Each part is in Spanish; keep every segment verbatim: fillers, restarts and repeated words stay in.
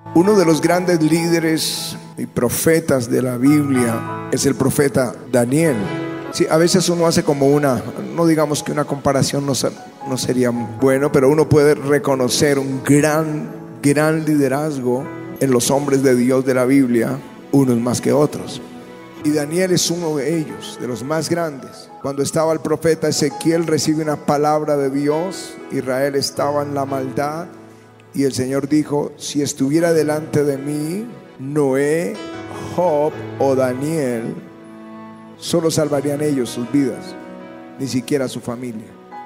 Uno de los grandes líderes y profetas de la Biblia es el profeta Daniel. Sí, a veces uno hace como una, no digamos que una comparación no, no sería bueno, pero uno puede reconocer un gran, gran liderazgo en los hombres de Dios de la Biblia, unos más que otros. Y Daniel es uno de ellos, de los más grandes. Cuando estaba el profeta Ezequiel, recibe una palabra de Dios. Israel estaba en la maldad y el Señor dijo: si estuviera delante de mí Noé, Job o Daniel, solo salvarían ellos sus vidas, ni siquiera su familia.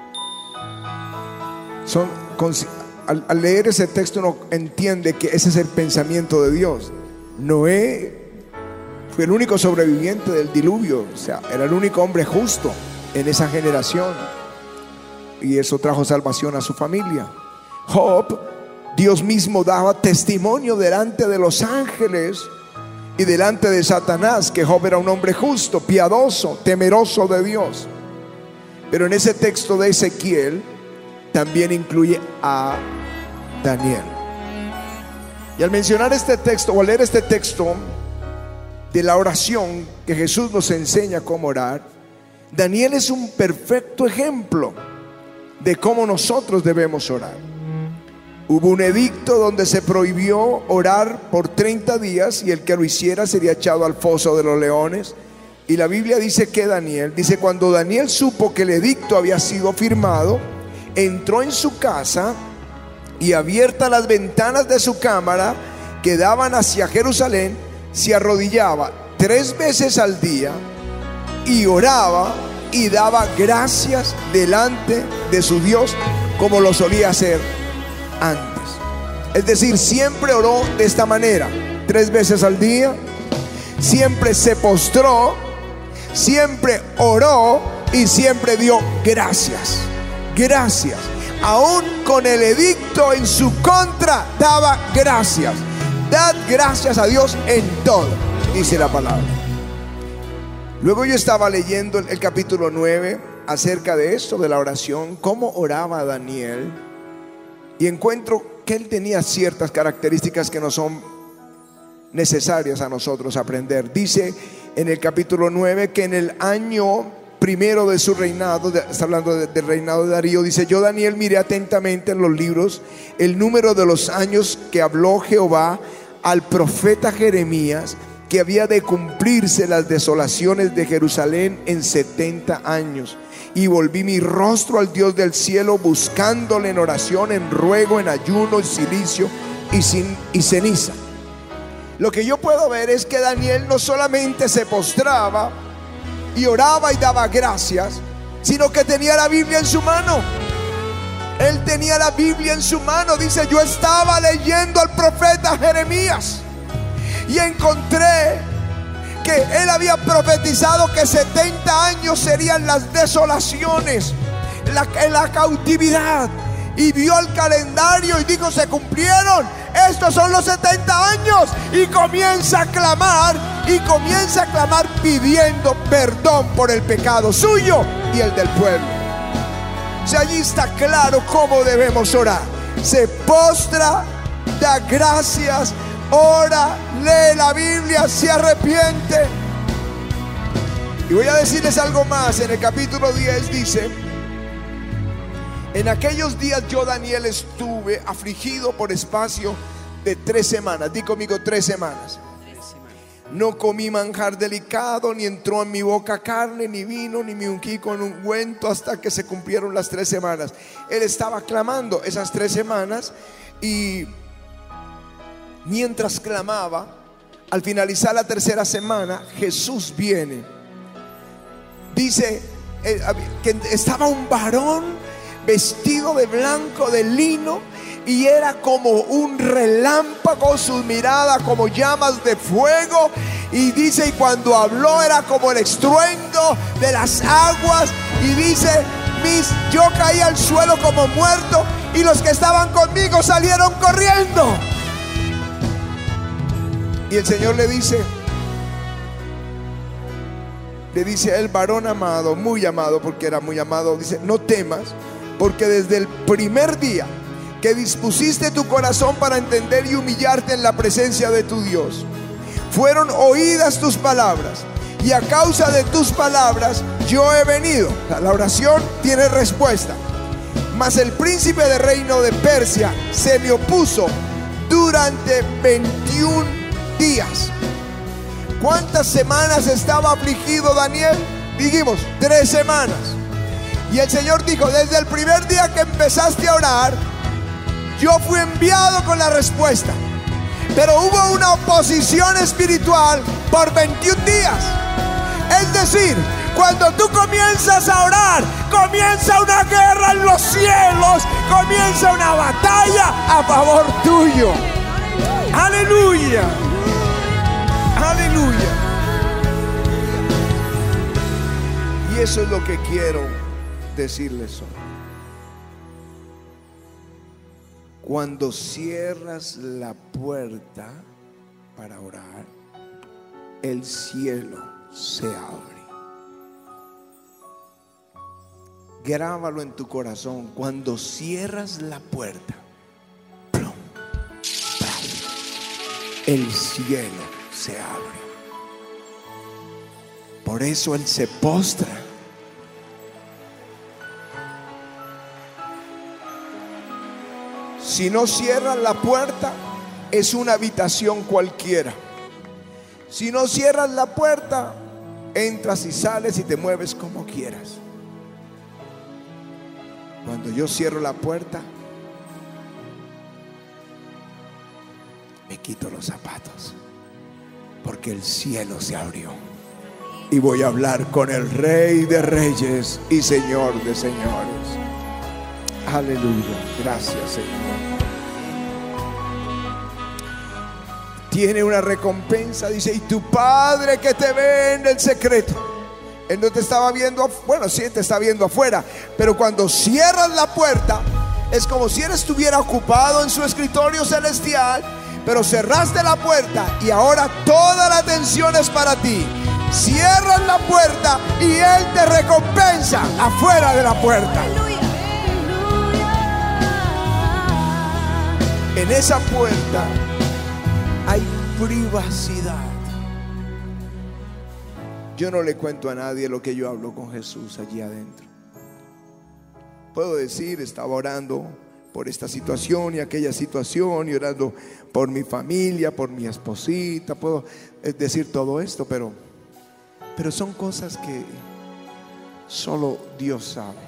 Son, al, al leer ese texto uno entiende que ese es el pensamiento de Dios. Noé fue el único sobreviviente del diluvio, o sea, era el único hombre justo en esa generación, y eso trajo salvación a su familia. Job, Dios mismo daba testimonio delante de los ángeles y delante de Satanás que Job era un hombre justo, piadoso, temeroso de Dios. Pero en ese texto de Ezequiel también incluye a Daniel. Y al mencionar este texto, o al leer este texto de la oración que Jesús nos enseña cómo orar, Daniel es un perfecto ejemplo de cómo nosotros debemos orar. Hubo un edicto donde se prohibió orar por treinta días y el que lo hiciera sería echado al foso de los leones. Y la Biblia dice que Daniel, dice, cuando Daniel supo que el edicto había sido firmado, entró en su casa y abiertas las ventanas de su cámara que daban hacia Jerusalén, se arrodillaba tres veces al día y oraba y daba gracias delante de su Dios, como lo solía hacer antes. Es decir, siempre oró de esta manera, tres veces al día. Siempre se postró, siempre oró y siempre dio gracias. Gracias. Aún con el edicto en su contra, daba gracias. Dad gracias a Dios en todo, dice la palabra. Luego yo estaba leyendo el, el capítulo nueve acerca de esto, de la oración, cómo oraba Daniel, y encuentro que él tenía ciertas características que no son necesarias a nosotros aprender. Dice en el capítulo nueve que en el año primero de su reinado, de, está hablando de, del reinado de Darío, dice: yo Daniel miré atentamente en los libros el número de los años que habló Jehová al profeta Jeremías, que había de cumplirse las desolaciones de Jerusalén en setenta años. Y volví mi rostro al Dios del cielo, buscándole en oración, en ruego, en ayuno, en silicio y, sin, y ceniza. Lo que yo puedo ver es que Daniel no solamente se postraba y oraba y daba gracias, sino que tenía la Biblia en su mano. Él tenía la Biblia en su mano. Dice: yo estaba leyendo al profeta Jeremías y encontré que él había profetizado que setenta años serían las desolaciones, la, en la cautividad. Y vio el calendario y dijo: se cumplieron, estos son los setenta años. Y comienza a clamar, y comienza a clamar pidiendo perdón por el pecado suyo y el del pueblo. O sea, allí está claro cómo debemos orar. Se postra, da gracias, ora, lee la Biblia, se arrepiente. Y voy a decirles algo más. En el capítulo diez dice: en aquellos días yo, Daniel, estuve afligido por espacio de tres semanas. Di conmigo: tres semanas. No comí manjar delicado, ni entró en mi boca carne, ni vino, ni me ungí con ungüento, hasta que se cumplieron las tres semanas. Él estaba clamando esas tres semanas, y mientras clamaba, al finalizar la tercera semana, Jesús viene. Dice eh, que estaba un varón vestido de blanco, de lino, y era como un relámpago, sus miradas como llamas de fuego. Y dice, y cuando habló era como el estruendo de las aguas. Y dice, mis, yo caí al suelo como muerto, y los que estaban conmigo salieron corriendo. Y el Señor le dice, le dice el varón amado, muy amado, porque era muy amado, dice: no temas, porque desde el primer día que dispusiste tu corazón para entender y humillarte en la presencia de tu Dios. Fueron oídas tus palabras, y a causa de tus palabras yo he venido. La oración tiene respuesta. Mas el príncipe del reino de Persia se me opuso durante veintiún días. ¿Cuántas semanas estaba afligido Daniel? Dijimos, tres semanas. Y el Señor dijo, desde el primer día que empezaste a orar, yo fui enviado con la respuesta. Pero hubo una oposición espiritual por veintiún días. Es decir, cuando tú comienzas a orar, comienza una guerra en los cielos, comienza una batalla a favor tuyo. Aleluya, aleluya. Y eso es lo que quiero decirles hoy. Cuando cierras la puerta para orar, el cielo se abre. Grábalo en tu corazón. Cuando cierras la puerta, ¡plum!, el cielo se abre. Por eso Él se postra. Si no cierras la puerta, es una habitación cualquiera. Si no cierras la puerta, entras y sales y te mueves como quieras. Cuando yo cierro la puerta, me quito los zapatos, porque el cielo se abrió y voy a hablar con el Rey de Reyes y Señor de Señores. Aleluya, gracias, Señor. Tiene una recompensa, dice, y tu Padre que te ve en el secreto. Él no te estaba viendo, bueno, sí te está viendo afuera, pero cuando cierras la puerta, es como si Él estuviera ocupado en su escritorio celestial, pero cerraste la puerta y ahora toda la atención es para ti. Cierras la puerta y Él te recompensa afuera de la puerta. En esa puerta hay privacidad. Yo no le cuento a nadie lo que yo hablo con Jesús allí adentro. Puedo decir, estaba orando por esta situación y aquella situación, y orando por mi familia, por mi esposita. Puedo decir todo esto, pero, pero son cosas que solo Dios sabe.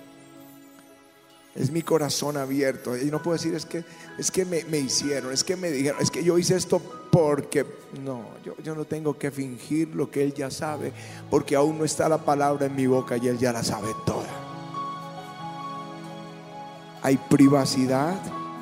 Es mi corazón abierto. Y no puedo decir, es que, es que me, me hicieron, es que me dijeron, es que yo hice esto porque... No, yo, yo no tengo que fingir lo que Él ya sabe, porque aún no está la palabra en mi boca y Él ya la sabe toda. Hay privacidad,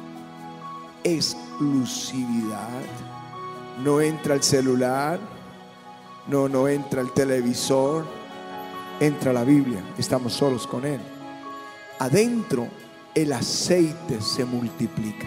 exclusividad. No entra el celular, no, no entra el televisor, entra la Biblia. Estamos solos con Él. Adentro el aceite se multiplica.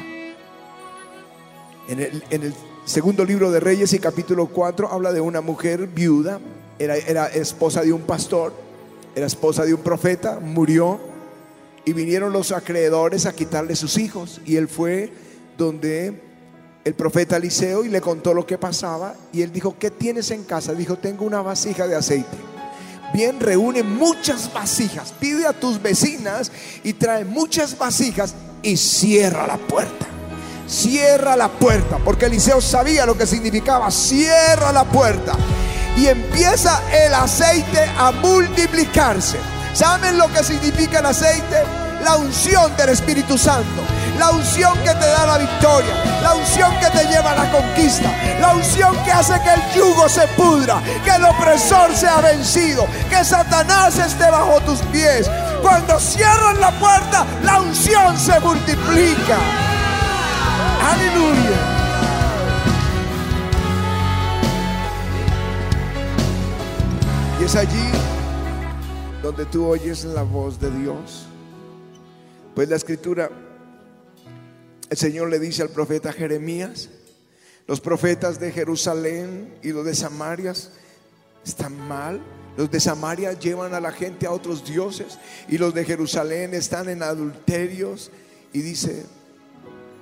En el, en el segundo libro de Reyes y capítulo cuatro habla de una mujer viuda. Era, era esposa de un pastor, era esposa de un profeta, murió, y vinieron los acreedores a quitarle sus hijos. Y él fue donde el profeta Eliseo y le contó lo que pasaba. Y él dijo, ¿qué tienes en casa? Dijo, tengo una vasija de aceite. Bien, reúne muchas vasijas, pide a tus vecinas y trae muchas vasijas y cierra la puerta. Cierra la puerta, porque Eliseo sabía lo que significaba. Cierra la puerta y empieza el aceite a multiplicarse. ¿Saben lo que significa el aceite? La unción del Espíritu Santo, la unción que te da la victoria, la unción que te lleva a la conquista, la unción que hace que el yugo se pudra, que el opresor sea vencido, que Satanás esté bajo tus pies. Cuando cierran la puerta, la unción se multiplica. Aleluya. Y es allí donde tú oyes la voz de Dios. Pues la escritura, el Señor le dice al profeta Jeremías, los profetas de Jerusalén y los de Samaria están mal. Los de Samaria llevan a la gente a otros dioses, y los de Jerusalén están en adulterios. Y dice,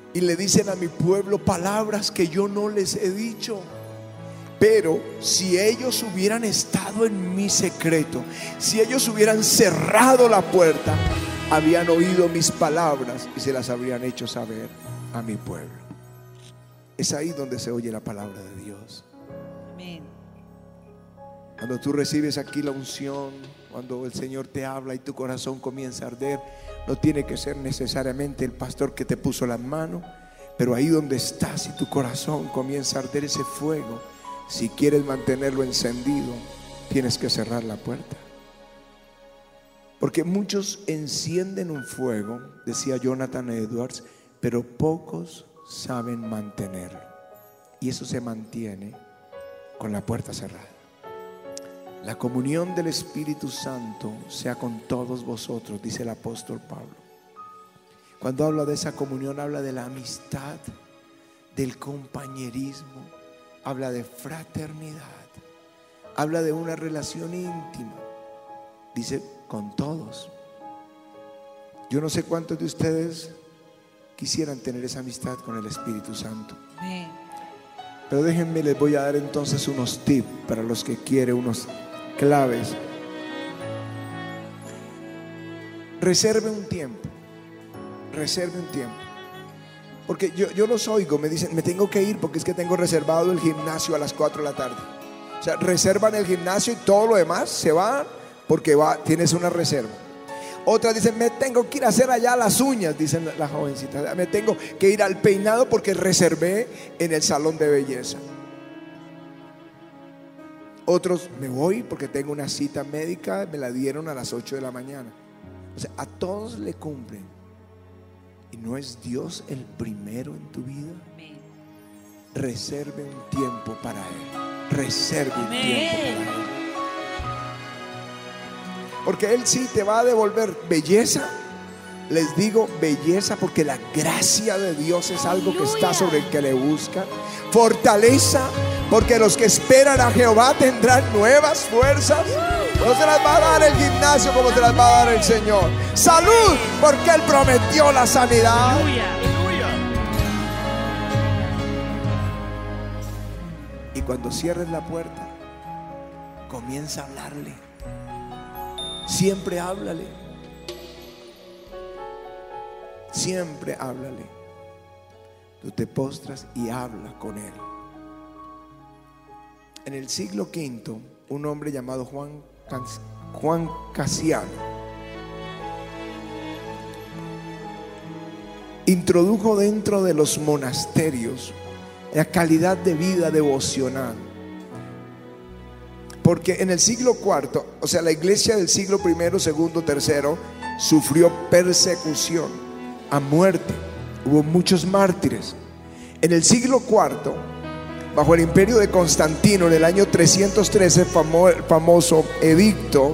y le dicen a mi pueblo palabras que yo no les he dicho. Pero si ellos hubieran estado en mi secreto, si ellos hubieran cerrado la puerta, habían oído mis palabras y se las habrían hecho saber a mi pueblo. Es ahí donde se oye la palabra de Dios. Amén. Cuando tú recibes aquí la unción, cuando el Señor te habla y tu corazón comienza a arder, no tiene que ser necesariamente el pastor que te puso las manos, pero ahí donde estás y tu corazón comienza a arder ese fuego, si quieres mantenerlo encendido, tienes que cerrar la puerta. Porque muchos encienden un fuego, decía Jonathan Edwards, pero pocos saben mantenerlo. Y eso se mantiene con la puerta cerrada. La comunión del Espíritu Santo sea con todos vosotros, dice el apóstol Pablo. Cuando habla de esa comunión, habla de la amistad, del compañerismo, habla de fraternidad, habla de una relación íntima. Dice con todos. Yo no sé cuántos de ustedes quisieran tener esa amistad con el Espíritu Santo. Amén. Pero déjenme, les voy a dar entonces unos tips para los que quieren, unos claves. Reserve un tiempo. Reserve un tiempo. Porque yo, yo los oigo, me dicen, me tengo que ir porque es que tengo reservado el gimnasio a las cuatro de la tarde. O sea, reservan el gimnasio y todo lo demás se va porque va, tienes una reserva. Otras dicen, me tengo que ir a hacer allá las uñas, dicen las la jovencitas. Me tengo que ir al peinado porque reservé en el salón de belleza. Otros, me voy porque tengo una cita médica, me la dieron a las ocho de la mañana. O sea, a todos le cumplen. ¿Y no es Dios el primero en tu vida? Amén. Reserve un tiempo para Él. Reserve un Amén. tiempo para Él. Porque Él sí te va a devolver belleza. Les digo belleza porque la gracia de Dios es algo que está sobre el que le busca. Fortaleza, porque los que esperan a Jehová tendrán nuevas fuerzas. No se las va a dar el gimnasio como se las va a dar el Señor. Salud, porque Él prometió la sanidad. Aleluya. Y cuando cierres la puerta, comienza a hablarle. Siempre háblale. Siempre háblale. Tú te postras y habla con Él. En el siglo quinto, un hombre llamado Juan, Juan Casiano introdujo dentro de los monasterios la calidad de vida devocional. Porque en el siglo cuarto, o sea, la iglesia del siglo primero, segundo, tercero, sufrió persecución a muerte. Hubo muchos mártires. En el siglo cuarto, bajo el imperio de Constantino, en el año trescientos trece, el famoso edicto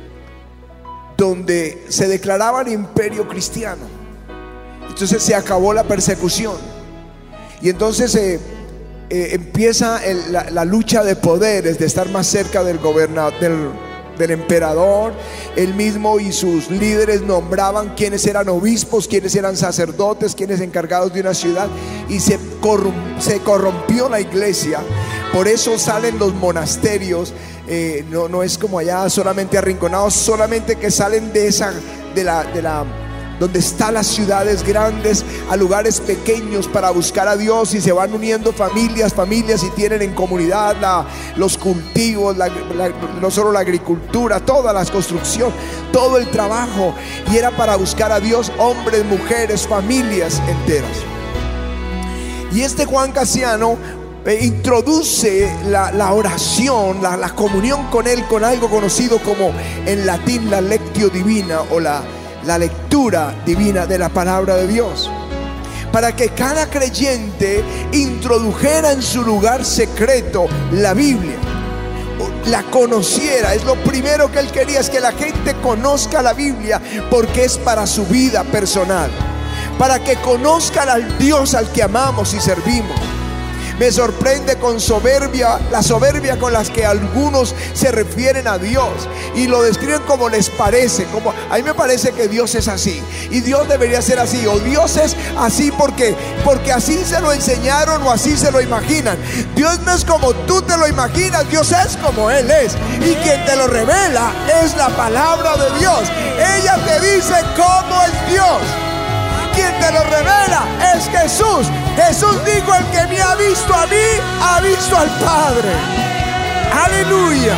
donde se declaraba el imperio cristiano. Entonces se acabó la persecución. Y entonces se... Eh, Eh, empieza el, la, la lucha de poderes, de estar más cerca del gobernador, del, del emperador. Él mismo y sus líderes nombraban quiénes eran obispos, quiénes eran sacerdotes, quiénes encargados de una ciudad. Y se, corrum, se corrompió la iglesia. Por eso salen los monasterios. eh, no, no es como allá solamente arrinconados, solamente que salen de esa, de la, de la donde están las ciudades grandes, a lugares pequeños para buscar a Dios, y se van uniendo familias, familias, y tienen en comunidad la, los cultivos, la, la, no solo la agricultura, toda la construcción, todo el trabajo, y era para buscar a Dios, hombres, mujeres, familias enteras. Y este Juan Casiano eh, introduce la, la oración, la, la comunión con Él, con algo conocido como en latín la lectio divina, o la la lectura divina de la palabra de Dios, para que cada creyente introdujera en su lugar secreto la Biblia, la conociera. Es lo primero que él quería, es que la gente conozca la Biblia, porque es para su vida personal, para que conozcan al Dios al que amamos y servimos. Me sorprende con soberbia, la soberbia con las que algunos se refieren a Dios y lo describen como les parece. Como a mí me parece que Dios es así y Dios debería ser así, o Dios es así porque, porque así se lo enseñaron o así se lo imaginan. Dios no es como tú te lo imaginas, Dios es como Él es, y quien te lo revela es la palabra de Dios. Ella te dice cómo es Dios. Quien te lo revela es Jesús. Jesús dijo: el que me ha visto a mí, ha visto al Padre. Aleluya.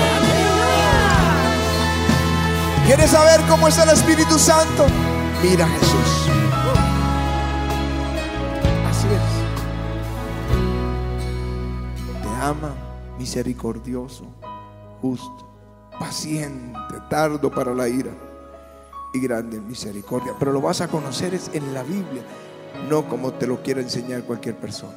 ¿Quieres saber cómo es el Espíritu Santo? Mira a Jesús. Así es. Te ama, misericordioso, justo, paciente, tardo para la ira y grande en misericordia. Pero lo vas a conocer es en la Biblia, no como te lo quiera enseñar cualquier persona.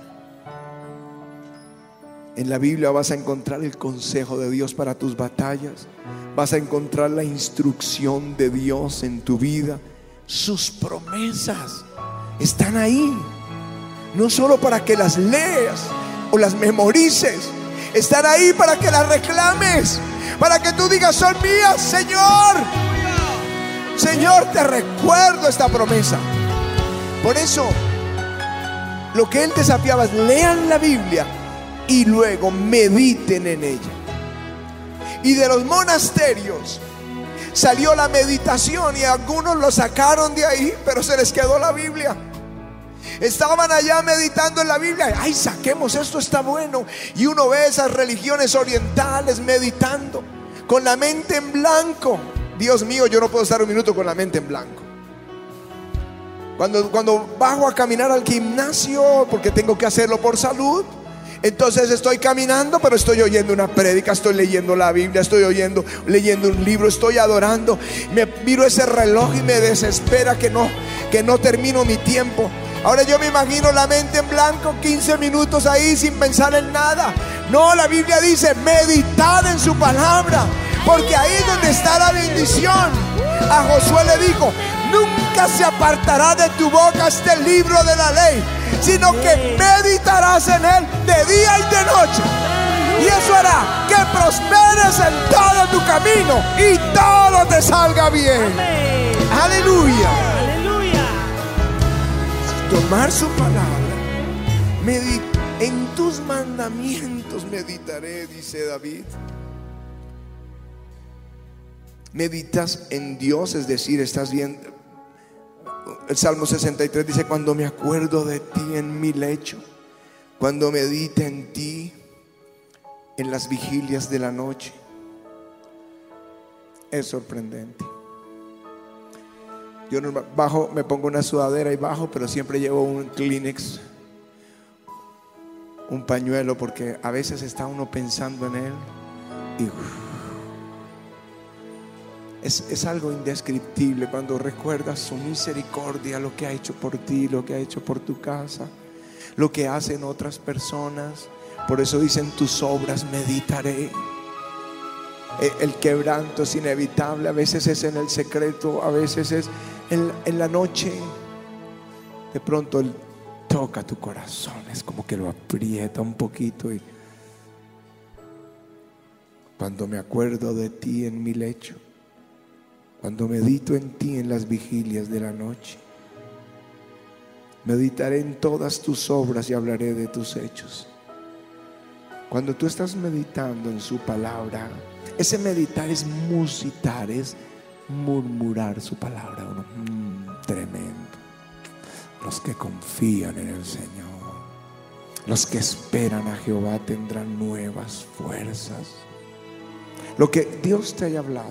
En la Biblia vas a encontrar el consejo de Dios para tus batallas. Vas a encontrar la instrucción de Dios en tu vida. Sus promesas están ahí, no solo para que las leas o las memorices, están ahí para que las reclames, para que tú digas: son mías, Señor. Señor, te recuerdo esta promesa. Por eso lo que Él desafiaba es: lean la Biblia y luego mediten en ella. Y de los monasterios salió la meditación, y algunos lo sacaron de ahí, pero se les quedó la Biblia. Estaban allá meditando en la Biblia. Ay, saquemos esto, está bueno. Y uno ve esas religiones orientales meditando con la mente en blanco. Dios mío, yo no puedo estar un minuto con la mente en blanco. Cuando, cuando bajo a caminar al gimnasio, porque tengo que hacerlo por salud, entonces estoy caminando, pero estoy oyendo una prédica, estoy leyendo la Biblia, estoy oyendo, leyendo un libro, estoy adorando. Me miro ese reloj y me desespera que no, que no termino mi tiempo. Ahora yo me imagino la mente en blanco, quince minutos ahí sin pensar en nada. No, la Biblia dice: meditad en su palabra, porque ahí es donde está la bendición. A Josué le dijo: nunca se apartará de tu boca este libro de la ley, sino que meditarás en él de día y de noche, y eso hará que prosperes en todo tu camino y todo te salga bien. Aleluya. Tomar su palabra, medit- en tus mandamientos meditaré, dice David. Meditas en Dios, es decir, estás bien. El Salmo sesenta y tres dice: cuando me acuerdo de ti en mi lecho, cuando medite en ti en las vigilias de la noche. Es sorprendente. Yo no bajo, me pongo una sudadera y bajo, pero siempre llevo un Kleenex, un pañuelo, porque a veces está uno pensando en él y uf, es, es algo indescriptible cuando recuerdas su misericordia, lo que ha hecho por ti, lo que ha hecho por tu casa, lo que hacen otras personas. Por eso dicen: tus obras meditaré. El quebranto es inevitable, a veces es en el secreto, a veces es en, en la noche. De pronto Él toca tu corazón, es como que lo aprieta un poquito. Y cuando me acuerdo de ti en mi lecho, cuando medito en ti en las vigilias de la noche, meditaré en todas tus obras y hablaré de tus hechos. Cuando tú estás meditando en su palabra, ese meditar es musitar, es murmurar su palabra. Uno, mmm, tremendo. Los que confían en el Señor, los que esperan a Jehová tendrán nuevas fuerzas. Lo que Dios te haya hablado,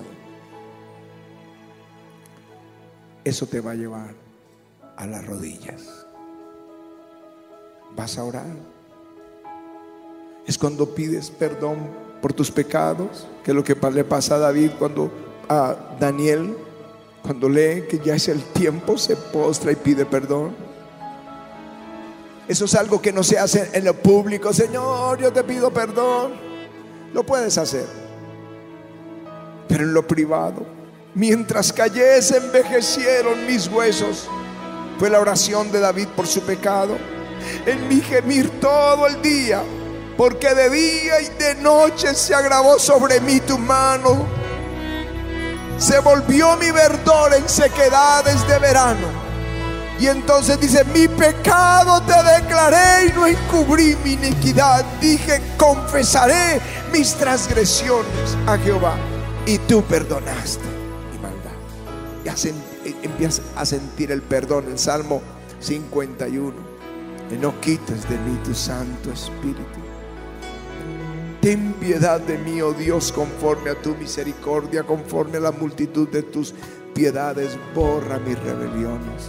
eso te va a llevar a las rodillas. Vas a orar. Es cuando pides perdón por tus pecados, que es lo que le pasa a David cuando a Daniel, cuando lee que ya es el tiempo, se postra y pide perdón. Eso es algo que no se hace en lo público. Señor, yo te pido perdón. Lo puedes hacer, pero en lo privado: mientras callé se envejecieron mis huesos. Fue la oración de David por su pecado. en mi gemir todo el día, porque de día y de noche se agravó sobre mí tu mano. Se volvió mi verdor en sequedades de verano. Y entonces dice: mi pecado te declaré y no encubrí mi iniquidad. Dije: confesaré mis transgresiones a Jehová, y tú perdonaste mi maldad. Y hacen, empiezas a sentir el perdón. El Salmo cincuenta y uno: que no quites de mí tu Santo Espíritu. Ten piedad de mí, oh Dios, conforme a tu misericordia, conforme a la multitud de tus piedades, borra mis rebeliones.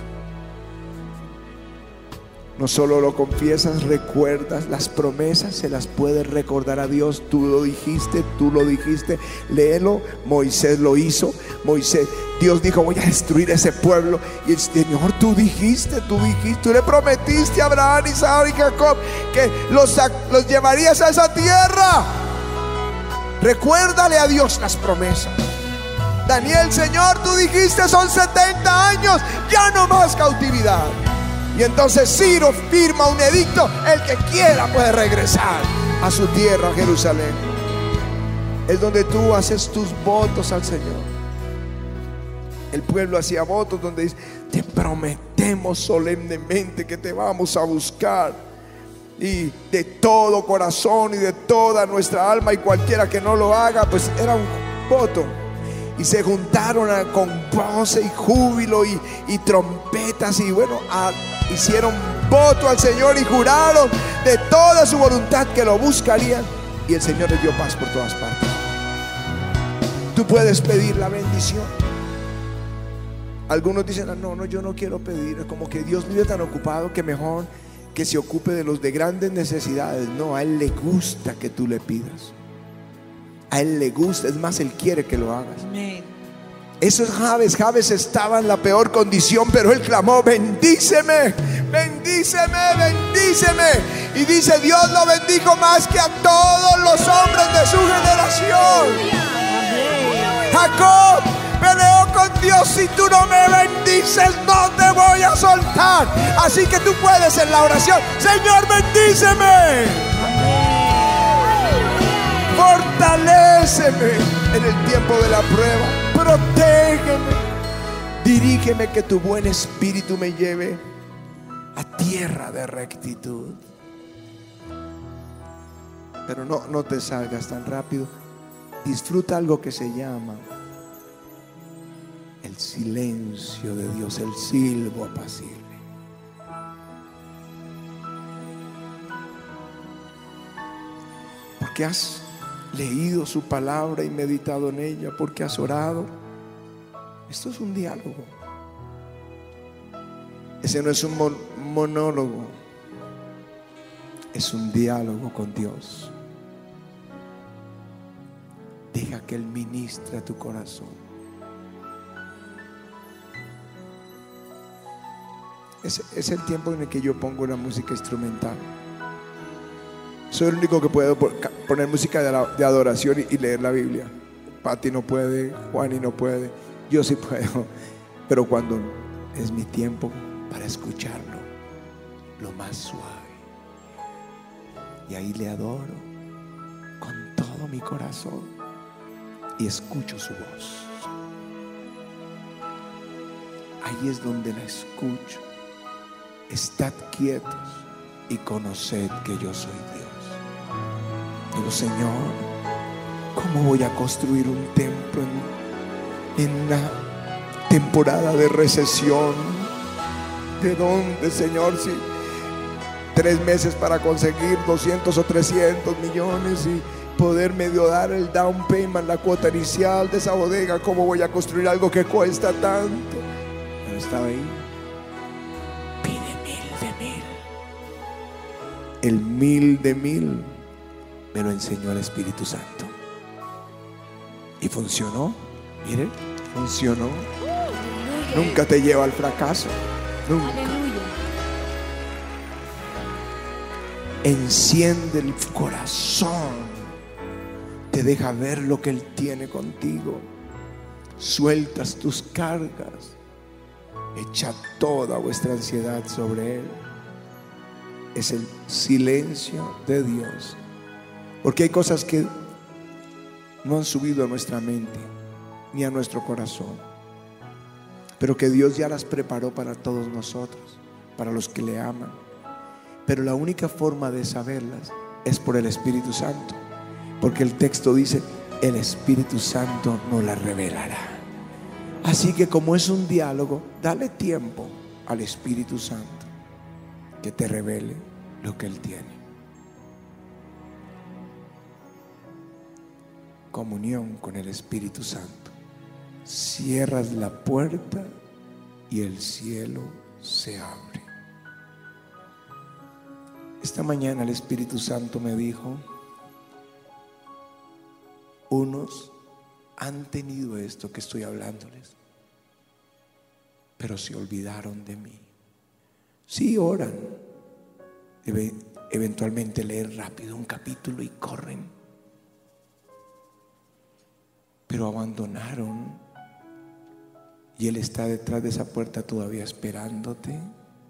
No solo lo confiesas, recuerdas las promesas, se las puedes recordar a Dios. Tú lo dijiste, tú lo dijiste. Léelo. Moisés lo hizo. Moisés, Dios dijo: voy a destruir ese pueblo. Y el Señor, tú dijiste, tú dijiste, tú le prometiste a Abraham, Isaac y Jacob que los, los llevarías a esa tierra. Recuérdale a Dios las promesas. Daniel, Señor, tú dijiste son setenta años, ya no más cautividad. Y entonces Ciro firma un edicto: el que quiera puede regresar a su tierra, Jerusalén. Es donde tú haces tus votos al Señor. El pueblo hacía votos donde dice: te prometemos solemnemente que te vamos a buscar, y de todo corazón y de toda nuestra alma, y cualquiera que no lo haga, pues era un voto. Y se juntaron a, con voces y júbilo y, y trompetas, y bueno, a, hicieron voto al Señor y juraron de toda su voluntad que lo buscarían, y el Señor les dio paz por todas partes. Tú puedes pedir la bendición. Algunos dicen: no, no, yo no quiero pedir, como que Dios vive tan ocupado que mejor que se ocupe de los de grandes necesidades. No, a Él le gusta que tú le pidas. A Él le gusta, es más, Él quiere que lo hagas. Amén. Eso es Jabes. Jabes estaba en la peor condición, pero él clamó: bendíceme, bendíceme, bendíceme. Y dice: Dios lo bendijo más que a todos los hombres de su generación. Amén. Jacob peleó con Dios: si tú no me bendices, no te voy a soltar. Así que tú puedes en la oración: Señor, bendíceme. Fortaléceme en el tiempo de la prueba. Protégeme. Dirígeme, que tu buen espíritu me lleve a tierra de rectitud. Pero no, no te salgas tan rápido. Disfruta algo que se llama el silencio de Dios, el silbo apacible. Porque has leído su palabra y meditado en ella, porque has orado. Esto es un diálogo. Ese no es un mon- monólogo, es un diálogo con Dios. Deja que Él ministre a tu corazón. Es, es el tiempo en el que yo pongo la música instrumental. Soy el único que puede poner música de, la, de adoración y, y leer la Biblia. Pati no puede, Juani no puede, yo sí puedo. Pero cuando es mi tiempo para escucharlo, lo más suave, y ahí le adoro con todo mi corazón y escucho su voz. Ahí es donde la escucho. Estad quietos y conoced que yo soy Dios. Digo: Señor, ¿cómo voy a construir un templo en, en una temporada de recesión? ¿De dónde, Señor? Si tres meses para conseguir doscientos o trescientos millones y poder medio dar el down payment, la cuota inicial de esa bodega, ¿cómo voy a construir algo que cuesta tanto? Pero estaba ahí. El mil de mil me lo enseñó el Espíritu Santo. Y funcionó. Mire, funcionó. Aleluya. Nunca te lleva al fracaso. Nunca. Aleluya. Enciende el corazón. Te deja ver lo que Él tiene contigo. Sueltas tus cargas. Echa toda vuestra ansiedad sobre Él. es el silencio de Dios. Porque hay cosas que no han subido a nuestra mente ni a nuestro corazón, pero que Dios ya las preparó para todos nosotros, para los que le aman. Pero la única forma de saberlas es por el Espíritu Santo, porque el texto dice: el Espíritu Santo nos las revelará. Así que, como es un diálogo, dale tiempo al Espíritu Santo que te revele lo que Él tiene. Comunión con el Espíritu Santo. Cierras la puerta y el cielo se abre. Esta mañana el Espíritu Santo me dijo: unos han tenido esto que estoy hablándoles, pero se olvidaron de mí. Sí oran, eventualmente leen rápido un capítulo y corren, pero abandonaron, y Él está detrás de esa puerta todavía esperándote.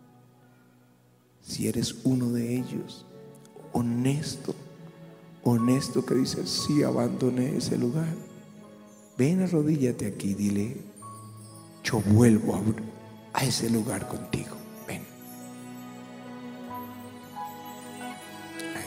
Si eres uno de ellos, honesto, honesto, que dices: sí, abandoné ese lugar, ven, arrodíllate aquí, dile: yo vuelvo a, a ese lugar contigo. Ven. Ahí.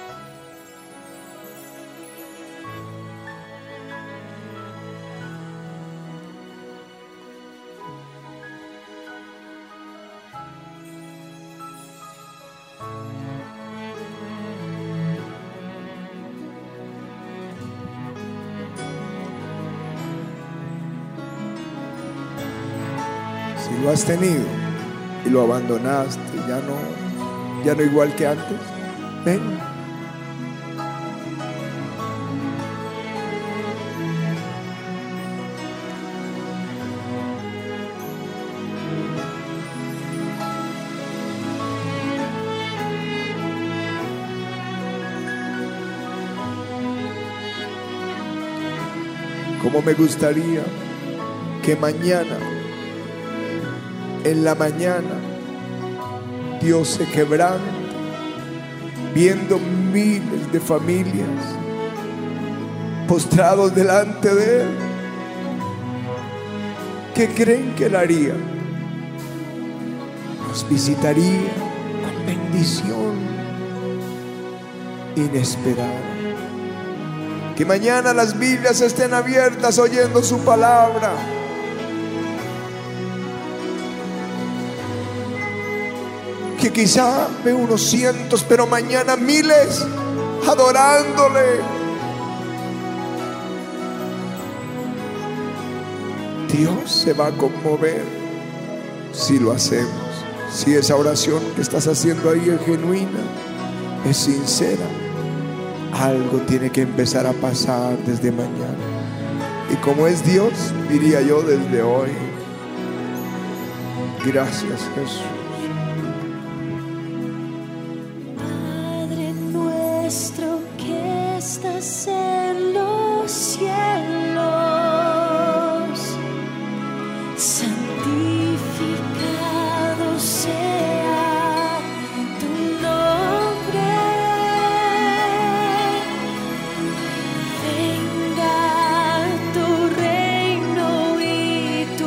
Si lo has tenido y lo abandonaste, ya no, ya no igual que antes, ven. Como me gustaría que mañana, en la mañana, Dios se quebrante, viendo miles de familias postrados delante de Él. ¿Qué creen que Él haría? Nos visitaría con bendición inesperada. Que mañana las Biblias estén abiertas oyendo su palabra. Que quizá ve unos cientos, pero mañana miles adorándole. Dios se va a conmover si lo hacemos. Si esa oración que estás haciendo ahí es genuina, es sincera, algo tiene que empezar a pasar desde mañana. Y como es Dios, diría yo, desde hoy. Gracias, Jesús. En los cielos, santificado sea tu nombre. Venga tu reino y tu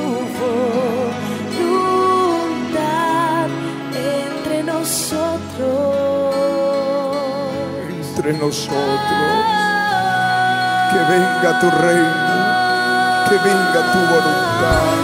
voluntad entre nosotros. Entre nosotros. Que venga tu reino, que venga tu voluntad.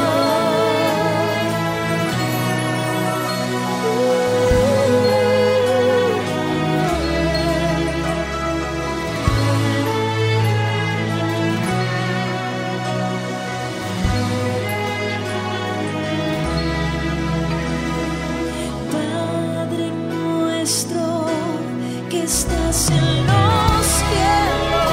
Padre nuestro que estás en los cielos,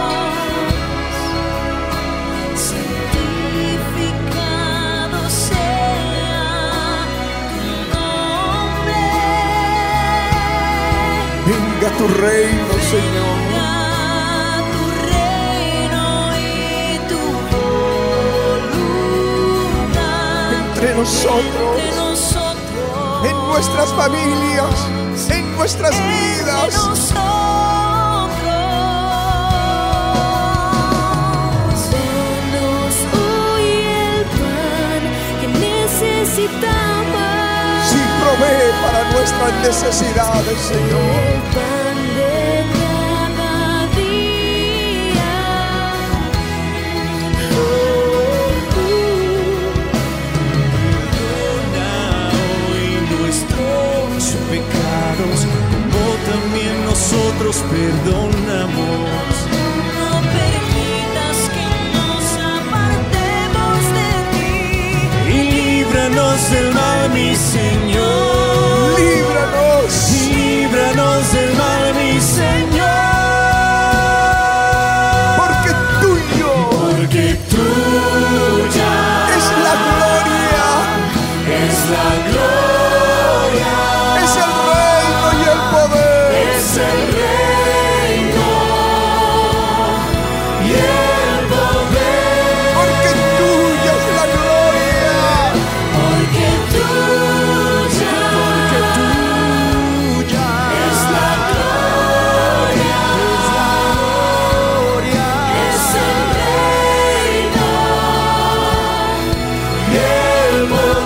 venga tu reino, Señor. Venga tu reino y tu voluntad Entre nosotros. entre nosotros. en nuestras familias, en nuestras en vidas. nosotros. Danos hoy el pan que necesitamos. Sí, provee para nuestras necesidades, Señor. El pan de cada día. Uh, Perdona hoy nuestros pecados, como también nosotros perdonamos. No permitas que nos apartemos de ti. Y líbranos del mal, mi Señor. Líbranos. Líbranos del mal, mi Señor. Porque tuyo Porque tuya es la gloria, es la gloria, es el reino y el poder. es el reino y el poder. Porque tuya es la gloria, Porque tuya Porque tuya es la gloria, es el reino y el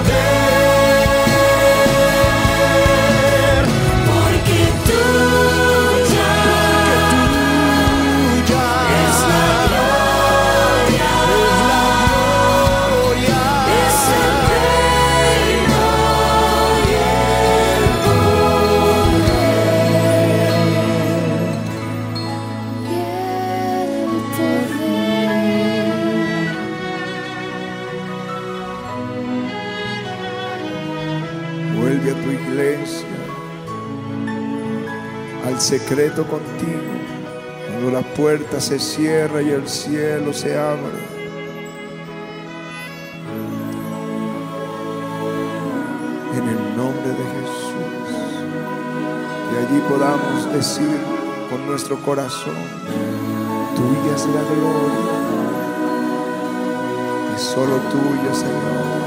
poder. porque tuya es la gloria, es el reino y el vuelve a tu iglesia al secreto contigo, cuando la puerta se cierra y el cielo se abre. En el nombre de Jesús, y allí podamos decir con nuestro corazón: tuya es la gloria, es solo tuya, Señor.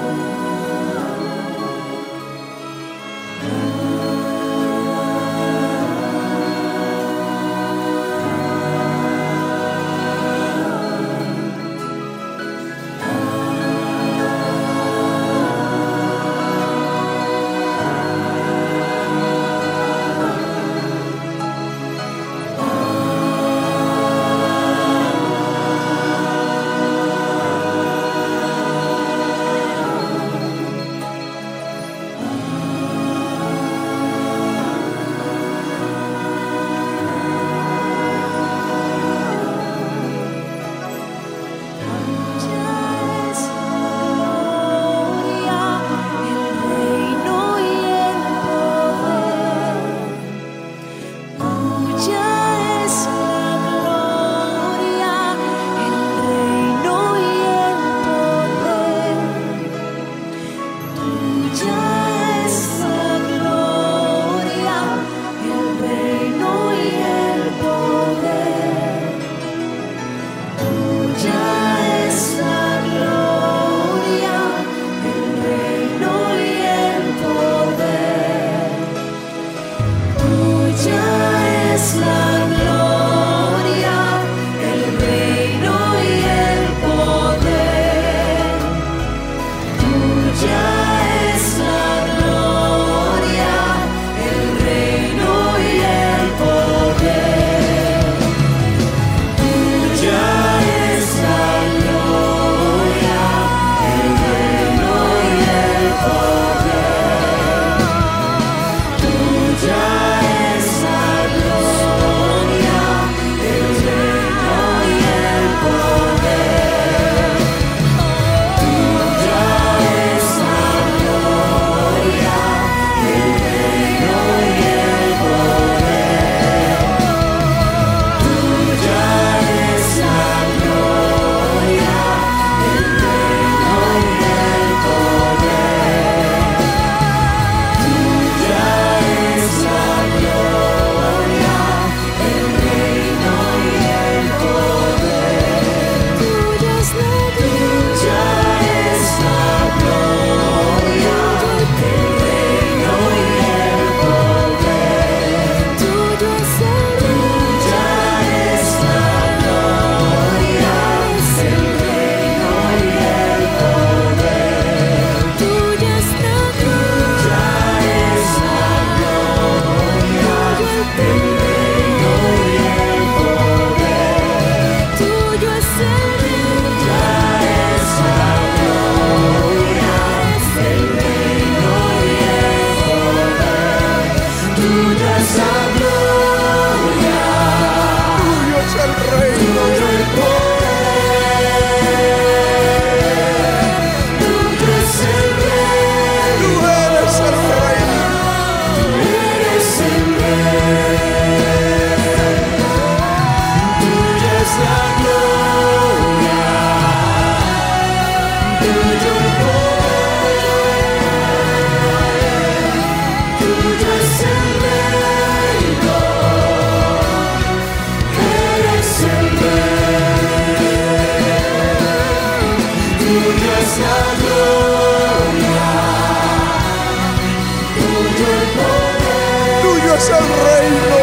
Tuyo es el reino.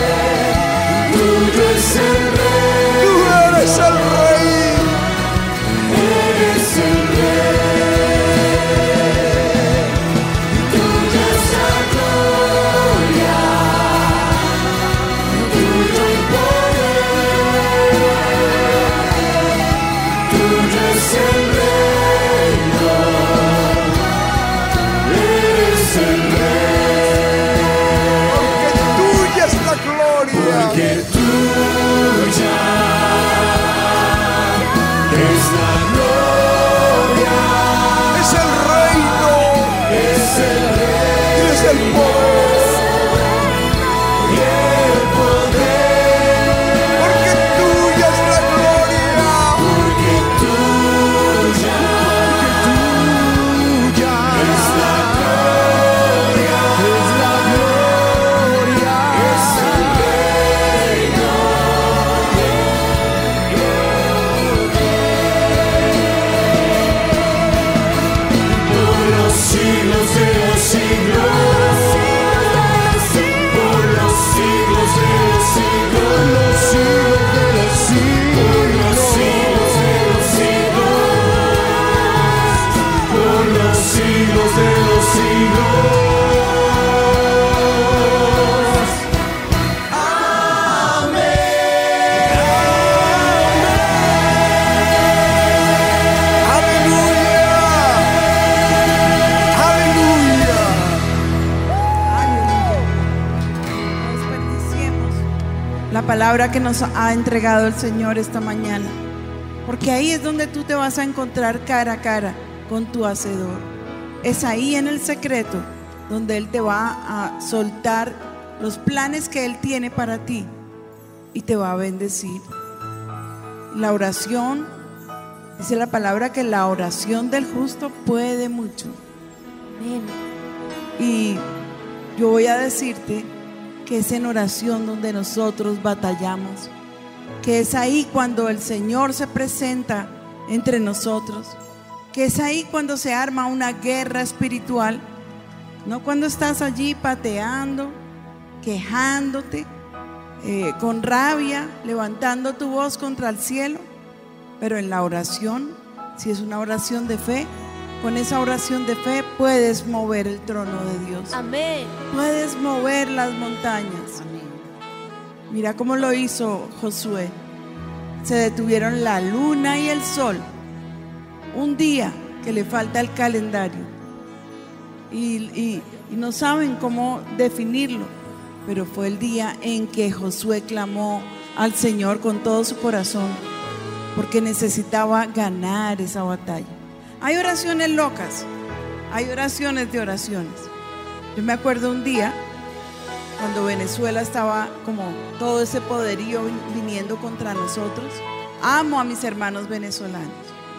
Tuyo es el rey, Tú eres el rey. eres el rey. Tuya es la gloria, tuyo el poder, tuyo es el reino, eres el rey. Tuya es la gloria. Que tuya es la gloria, Es el reino. es el rey Y es el poder. y el poder, Porque tuya es la gloria. porque tuya, tuya es la gloria, es la gloria, es el reino, por los siglos de los siglos, por los siglos de los siglos, por los siglos de los siglos, por los siglos de los siglos. Aleluya. Aleluya. No desperdiciemos la palabra que nos ha entregado el Señor esta mañana, porque ahí es donde tú te vas a encontrar cara a cara con tu Hacedor. Es ahí en el secreto donde Él te va a soltar los planes que Él tiene para ti y te va a bendecir. La oración, dice la palabra que la oración del justo puede mucho. Y yo voy a decirte que es en oración donde nosotros batallamos, que es ahí cuando el Señor se presenta entre nosotros, que es ahí cuando se arma una guerra espiritual, no cuando estás allí pateando, quejándote, eh, con rabia, levantando tu voz contra el cielo, pero en la oración, si es una oración de fe, con esa oración de fe puedes mover el trono de Dios. Amén. Puedes mover las montañas. Mira cómo lo hizo Josué. Se detuvieron la luna y el sol. Un día que le falta el calendario. Y, y- y no saben cómo definirlo. Pero fue el día en que Josué clamó al Señor con todo su corazón, porque necesitaba ganar esa batalla. Hay oraciones locas. Hay oraciones de oraciones. Yo me acuerdo un día cuando Venezuela estaba como todo ese poderío vin- viniendo contra nosotros. Amo a mis hermanos venezolanos,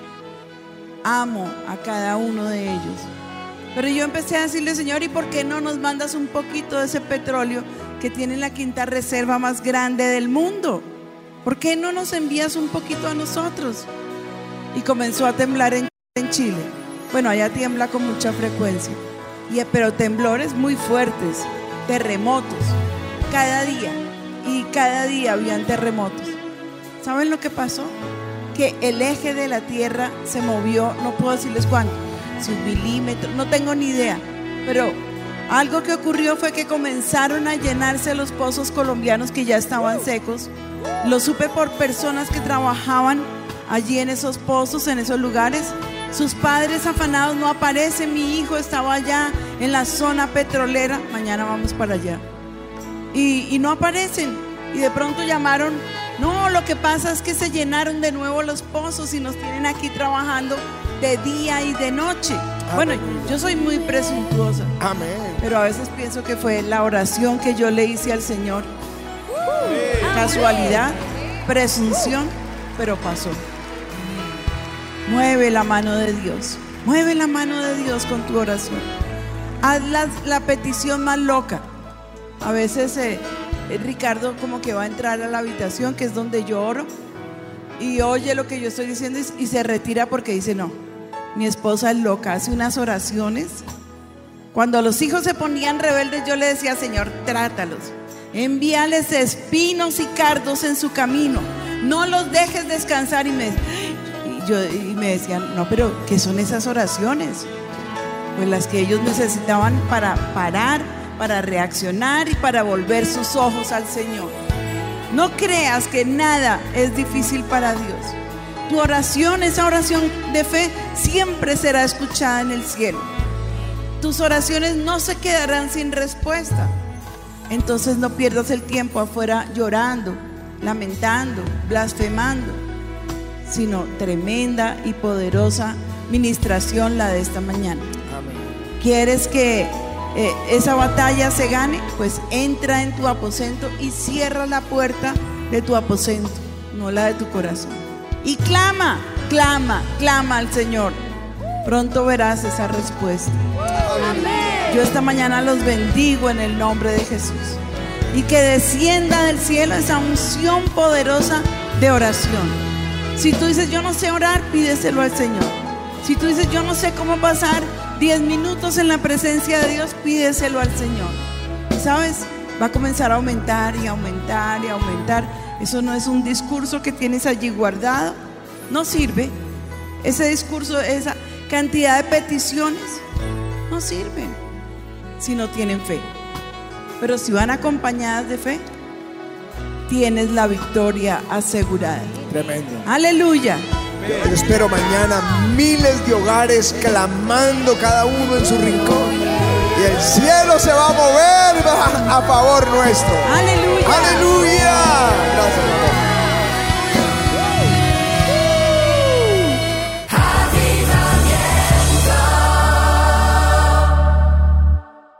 amo a cada uno de ellos, pero yo empecé a decirle: Señor, ¿y por qué no nos mandas un poquito de ese petróleo que tiene la quinta reserva más grande del mundo? ¿Por qué no nos envías un poquito a nosotros? Y comenzó a temblar en, en Chile. Bueno, allá tiembla con mucha frecuencia, y, pero temblores muy fuertes, terremotos, cada día, y cada día habían terremotos. ¿Saben lo que pasó? Que el eje de la tierra se movió, no puedo decirles cuánto, si un milímetro, no tengo ni idea, pero algo que ocurrió fue que comenzaron a llenarse los pozos colombianos que ya estaban secos. Lo supe por personas que trabajaban allí en esos pozos, en esos lugares. Sus padres afanados: no aparece, mi hijo estaba allá en la zona petrolera, mañana vamos para allá. Y, y no aparecen. Y de pronto llamaron: no, lo que pasa es que se llenaron de nuevo los pozos y nos tienen aquí trabajando de día y de noche. Bueno, yo soy muy presuntuosa, Amén. pero a veces pienso que fue la oración que yo le hice al Señor. Casualidad, presunción, pero pasó. Mueve la mano de Dios, mueve la mano de Dios con tu oración. Haz la, la petición más loca. A veces eh, eh, Ricardo como que va a entrar a la habitación, que es donde yo oro, y oye lo que yo estoy diciendo y, y se retira porque dice: no, mi esposa es loca. Hace unas oraciones Cuando los hijos se ponían rebeldes, yo le decía, Señor, trátalos. Envíales espinos y cardos en su camino. No los dejes descansar. Y me, y yo, y me decían, no, pero ¿qué son esas oraciones? Pues las que ellos necesitaban para parar, para reaccionar y para volver sus ojos al Señor. No creas que nada es difícil para Dios. Tu oración, esa oración de fe, siempre será escuchada en el cielo. Tus oraciones no se quedarán sin respuesta. Entonces no pierdas el tiempo afuera llorando, lamentando, blasfemando, sino tremenda y poderosa ministración la de esta mañana. Amén. ¿Quieres que eh, esa batalla se gane? Pues entra en tu aposento y cierra la puerta de tu aposento, no la de tu corazón. Y clama, clama, clama al Señor. Pronto verás esa respuesta. Yo esta mañana los bendigo en el nombre de Jesús. Y que descienda del cielo esa unción poderosa de oración. Si tú dices, yo no sé orar, pídeselo al Señor. Si tú dices, yo no sé cómo pasar diez minutos en la presencia de Dios, pídeselo al Señor. ¿Sabes? Va a comenzar a aumentar y aumentar y aumentar. Eso no es un discurso que tienes allí guardado. No sirve. Ese discurso, esa cantidad de peticiones, no sirven si no tienen fe. Pero si van acompañadas de fe, tienes la victoria asegurada. Tremendo. Aleluya. Yo espero mañana miles de hogares clamando cada uno en su rincón. Y el cielo se va a mover a favor nuestro. Aleluya. Aleluya. Gracias.